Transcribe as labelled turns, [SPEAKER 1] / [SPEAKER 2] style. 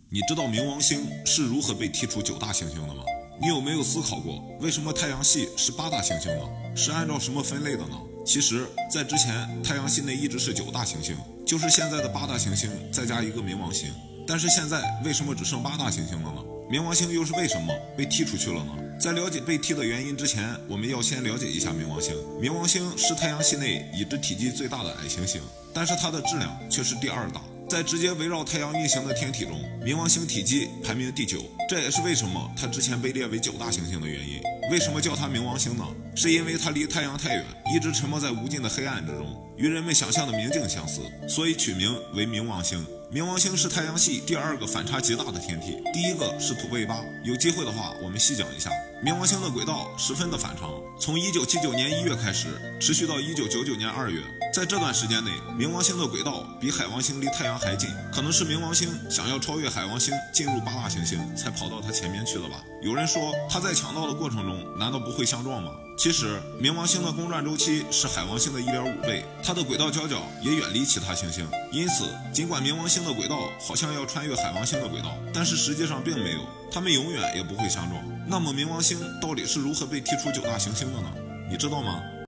[SPEAKER 1] 你知道冥王星是如何被剔除9大行星的吗？你有没有思考过，为什么太阳系是8大行星呢？是按照什么分类的呢？其实，在之前，太阳系内一直是9大行星，就是现在的8大行星再加一个冥王星。但是现在为什么只剩8大行星了呢？冥王星又是为什么被剔出去了呢？在了解被剔的原因之前，我们要先了解一下冥王星。冥王星是太阳系内已知体积最大的矮行星，但是它的质量却是第2大。在直接围绕太阳运行的天体中，冥王星体积排名第9，这也是为什么它之前被列为9大行星的原因。为什么叫它冥王星呢？是因为它离太阳太远，一直沉没在无尽的黑暗之中，与人们想象的明镜相似，所以取名为冥王星。冥王星是太阳系第2个反差极大的天体，第1个是土卫八。有机会的话，我们细讲一下。冥王星的轨道十分的反常，从1979年1月开始，持续到1999年2月。在这段时间内，冥王星的轨道比海王星离太阳还近，可能是冥王星想要超越海王星进入8大行星，才跑到它前面去了吧。有人说，它在抢道的过程中难道不会相撞吗？其实，冥王星的公转周期是海王星的1.5倍，它的轨道交角也远离其他行星，因此，尽管冥王星的轨道好像要穿越海王星的轨道，但是实际上并没有，它们永远也不会相撞。那么冥王星到底是如何被剔出9大行星的呢？你知道吗？